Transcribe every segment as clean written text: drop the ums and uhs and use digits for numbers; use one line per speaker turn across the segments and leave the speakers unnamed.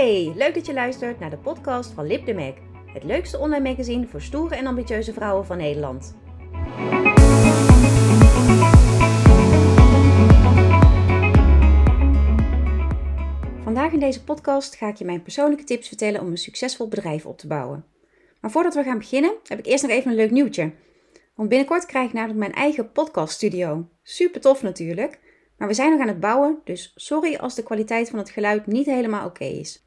Hey, leuk dat je luistert naar de podcast van Lip de Mag. Het leukste online magazine voor stoere en ambitieuze vrouwen van Nederland. Vandaag in deze podcast ga ik je mijn persoonlijke tips vertellen om een succesvol bedrijf op te bouwen. Maar voordat we gaan beginnen, heb ik eerst nog even een leuk nieuwtje. Want binnenkort krijg ik namelijk mijn eigen podcaststudio. Super tof natuurlijk, maar we zijn nog aan het bouwen, dus sorry als de kwaliteit van het geluid niet helemaal oké is.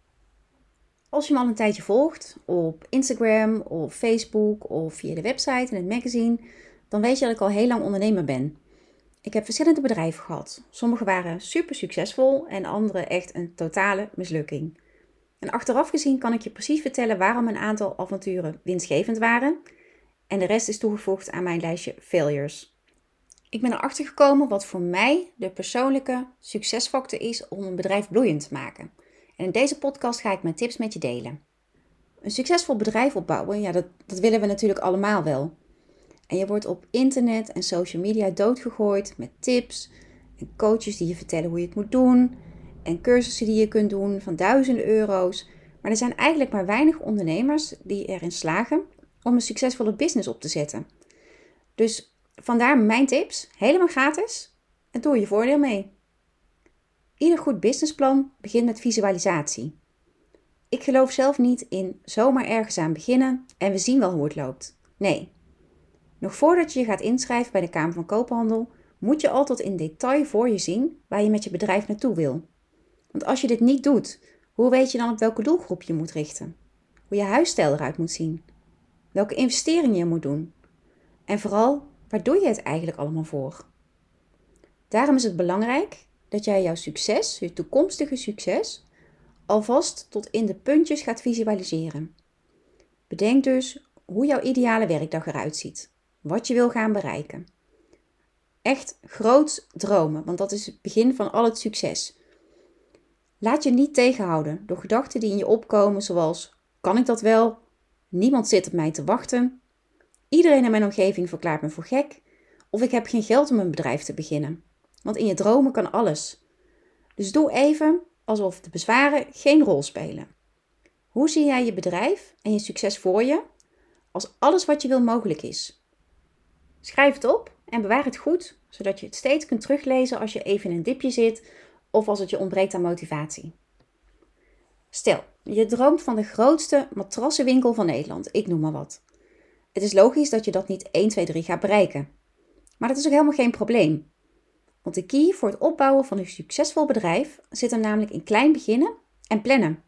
Als je me al een tijdje volgt, op Instagram of Facebook of via de website en het magazine, dan weet je dat ik al heel lang ondernemer ben. Ik heb verschillende bedrijven gehad. Sommige waren super succesvol en andere echt een totale mislukking. En achteraf gezien kan ik je precies vertellen waarom een aantal avonturen winstgevend waren. En de rest is toegevoegd aan mijn lijstje failures. Ik ben erachter gekomen wat voor mij de persoonlijke succesfactor is om een bedrijf bloeiend te maken. En in deze podcast ga ik mijn tips met je delen. Een succesvol bedrijf opbouwen, ja, dat willen we natuurlijk allemaal wel. En je wordt op internet en social media doodgegooid met tips en coaches die je vertellen hoe je het moet doen. En cursussen die je kunt doen van duizenden euro's. Maar er zijn eigenlijk maar weinig ondernemers die erin slagen om een succesvolle business op te zetten. Dus vandaar mijn tips, helemaal gratis en doe je voordeel mee. Ieder goed businessplan begint met visualisatie. Ik geloof zelf niet in zomaar ergens aan beginnen en we zien wel hoe het loopt. Nee. Nog voordat je je gaat inschrijven bij de Kamer van Koophandel, moet je altijd in detail voor je zien waar je met je bedrijf naartoe wil. Want als je dit niet doet, hoe weet je dan op welke doelgroep je moet richten? Hoe je huisstijl eruit moet zien? Welke investeringen je moet doen? En vooral, waar doe je het eigenlijk allemaal voor? Daarom is het belangrijk dat jij jouw succes, je toekomstige succes, alvast tot in de puntjes gaat visualiseren. Bedenk dus hoe jouw ideale werkdag eruit ziet. Wat je wil gaan bereiken. Echt groots dromen, want dat is het begin van al het succes. Laat je niet tegenhouden door gedachten die in je opkomen zoals: kan ik dat wel? Niemand zit op mij te wachten. Iedereen in mijn omgeving verklaart me voor gek. Of ik heb geen geld om een bedrijf te beginnen. Want in je dromen kan alles. Dus doe even alsof de bezwaren geen rol spelen. Hoe zie jij je bedrijf en je succes voor je als alles wat je wil mogelijk is? Schrijf het op en bewaar het goed, zodat je het steeds kunt teruglezen als je even in een dipje zit of als het je ontbreekt aan motivatie. Stel, je droomt van de grootste matrassenwinkel van Nederland, ik noem maar wat. Het is logisch dat je dat niet 1, 2, 3 gaat bereiken. Maar dat is ook helemaal geen probleem. Want de key voor het opbouwen van een succesvol bedrijf zit hem namelijk in klein beginnen en plannen.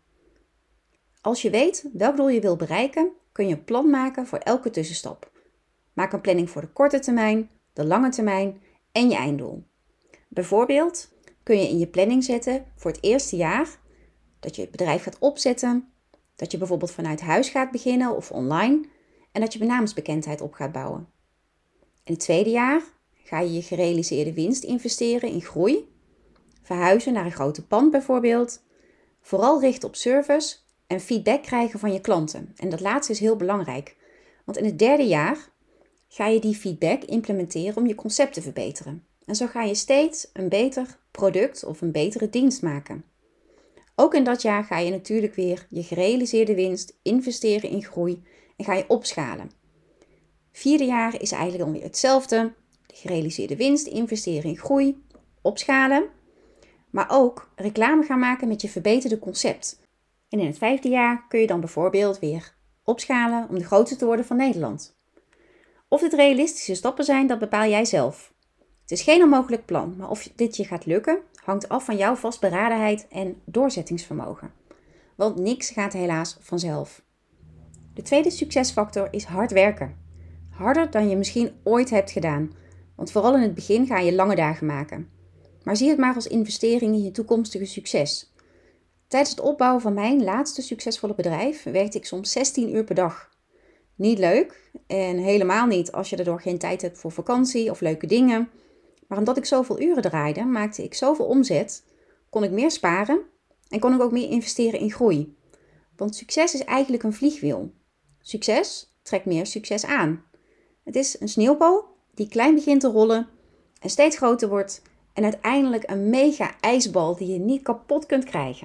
Als je weet welk doel je wil bereiken, kun je een plan maken voor elke tussenstap. Maak een planning voor de korte termijn, de lange termijn en je einddoel. Bijvoorbeeld kun je in je planning zetten voor het eerste jaar dat je het bedrijf gaat opzetten, dat je bijvoorbeeld vanuit huis gaat beginnen of online en dat je naamsbekendheid op gaat bouwen. In het tweede jaar ga je je gerealiseerde winst investeren in groei, verhuizen naar een grote pand bijvoorbeeld, vooral richten op service en feedback krijgen van je klanten. En dat laatste is heel belangrijk, want in het derde jaar ga je die feedback implementeren om je concept te verbeteren. En zo ga je steeds een beter product of een betere dienst maken. Ook in dat jaar ga je natuurlijk weer je gerealiseerde winst investeren in groei en ga je opschalen. Vierde jaar is eigenlijk dan weer hetzelfde. De gerealiseerde winst investeren in groei, opschalen. Maar ook reclame gaan maken met je verbeterde concept. En in het vijfde jaar kun je dan bijvoorbeeld weer opschalen om de grootste te worden van Nederland. Of dit realistische stappen zijn, dat bepaal jij zelf. Het is geen onmogelijk plan, maar of dit je gaat lukken, hangt af van jouw vastberadenheid en doorzettingsvermogen. Want niks gaat helaas vanzelf. De tweede succesfactor is hard werken. Harder dan je misschien ooit hebt gedaan, want vooral in het begin ga je lange dagen maken. Maar zie het maar als investering in je toekomstige succes. Tijdens het opbouwen van mijn laatste succesvolle bedrijf werkte ik soms 16 uur per dag. Niet leuk en helemaal niet als je daardoor geen tijd hebt voor vakantie of leuke dingen. Maar omdat ik zoveel uren draaide, maakte ik zoveel omzet, kon ik meer sparen en kon ik ook meer investeren in groei. Want succes is eigenlijk een vliegwiel. Succes trekt meer succes aan. Het is een sneeuwbal die klein begint te rollen en steeds groter wordt en uiteindelijk een mega ijsbal die je niet kapot kunt krijgen.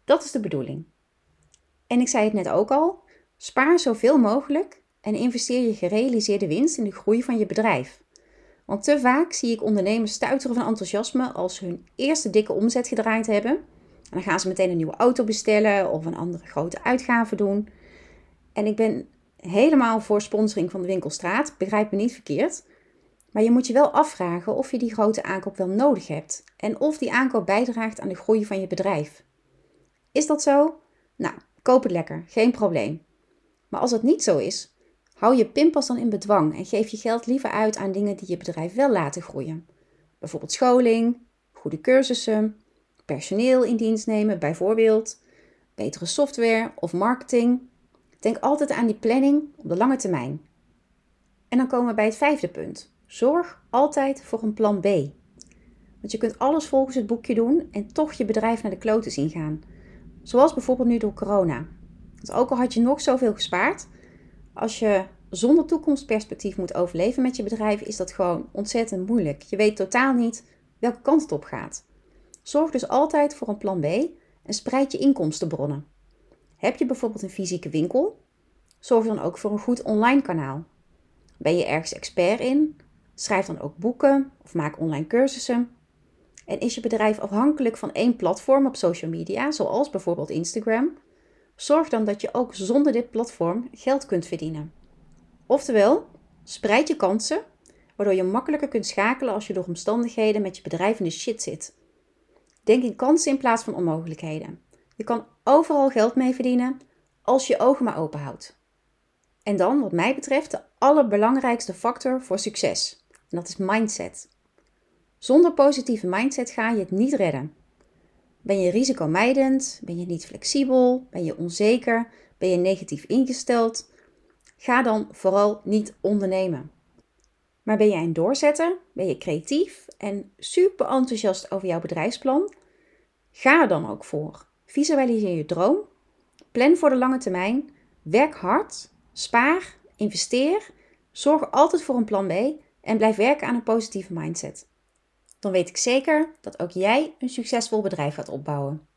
Dat is de bedoeling. En ik zei het net ook al, spaar zoveel mogelijk en investeer je gerealiseerde winst in de groei van je bedrijf. Want te vaak zie ik ondernemers stuiteren van enthousiasme als ze hun eerste dikke omzet gedraaid hebben. En dan gaan ze meteen een nieuwe auto bestellen of een andere grote uitgave doen. En ik ben helemaal voor sponsoring van de winkelstraat, begrijp me niet verkeerd. Maar je moet je wel afvragen of je die grote aankoop wel nodig hebt. En of die aankoop bijdraagt aan de groei van je bedrijf. Is dat zo? Nou, koop het lekker, geen probleem. Maar als dat niet zo is, hou je pinpas dan in bedwang en geef je geld liever uit aan dingen die je bedrijf wel laten groeien. Bijvoorbeeld scholing, goede cursussen, personeel in dienst nemen bijvoorbeeld, betere software of marketing. Denk altijd aan die planning op de lange termijn. En dan komen we bij het 5e punt. Zorg altijd voor een plan B. Want je kunt alles volgens het boekje doen en toch je bedrijf naar de kloten zien gaan. Zoals bijvoorbeeld nu door corona. Want ook al had je nog zoveel gespaard, als je zonder toekomstperspectief moet overleven met je bedrijf, is dat gewoon ontzettend moeilijk. Je weet totaal niet welke kant het op gaat. Zorg dus altijd voor een plan B en spreid je inkomstenbronnen. Heb je bijvoorbeeld een fysieke winkel? Zorg dan ook voor een goed online kanaal. Ben je ergens expert in? Schrijf dan ook boeken of maak online cursussen. En is je bedrijf afhankelijk van één platform op social media, zoals bijvoorbeeld Instagram? Zorg dan dat je ook zonder dit platform geld kunt verdienen. Oftewel, spreid je kansen, waardoor je makkelijker kunt schakelen als je door omstandigheden met je bedrijf in de shit zit. Denk in kansen in plaats van onmogelijkheden. Je kan overal geld mee verdienen als je je ogen maar open houdt. En dan, wat mij betreft, de allerbelangrijkste factor voor succes. En dat is mindset. Zonder positieve mindset ga je het niet redden. Ben je risicomijdend? Ben je niet flexibel? Ben je onzeker? Ben je negatief ingesteld? Ga dan vooral niet ondernemen. Maar ben jij een doorzetter? Ben je creatief en super enthousiast over jouw bedrijfsplan? Ga er dan ook voor. Visualiseer je droom. Plan voor de lange termijn. Werk hard. Spaar. Investeer. Zorg altijd voor een plan B. En blijf werken aan een positieve mindset. Dan weet ik zeker dat ook jij een succesvol bedrijf gaat opbouwen.